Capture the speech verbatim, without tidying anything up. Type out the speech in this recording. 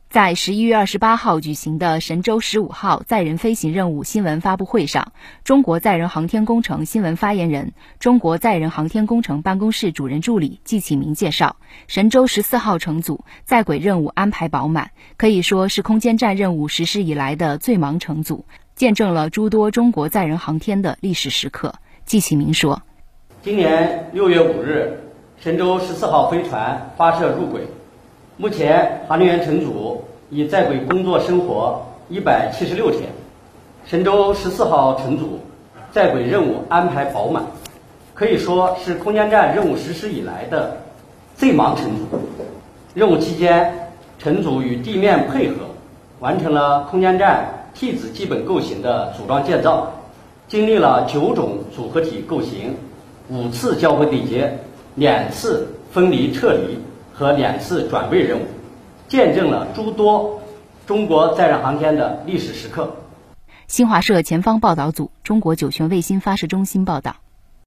在十一月二十八号举行的神舟十五号载人飞行任务新闻发布会上，中国载人航天工程新闻发言人、中国载人航天工程办公室主任助理季启明介绍，神舟十四号乘组在轨任务安排饱满，可以说是空间站任务实施以来的最忙乘组，见证了诸多中国载人航天的历史时刻。季启明说， 今年六月五日，神舟十四号飞船发射入轨，目前航天员乘组已在轨工作生活一百七十六天，神舟十四号乘组在轨任务安排饱满，可以说是空间站任务实施以来的最忙乘组。任务期间，乘组与地面配合，完成了空间站 T 字基本构型的组装建造，经历了九种组合体构型、五次交会对接、两次分离撤离和两次转位任务，见证了诸多中国载人航天的历史时刻。 新华社前方报道组中国酒泉卫星发射中心报道。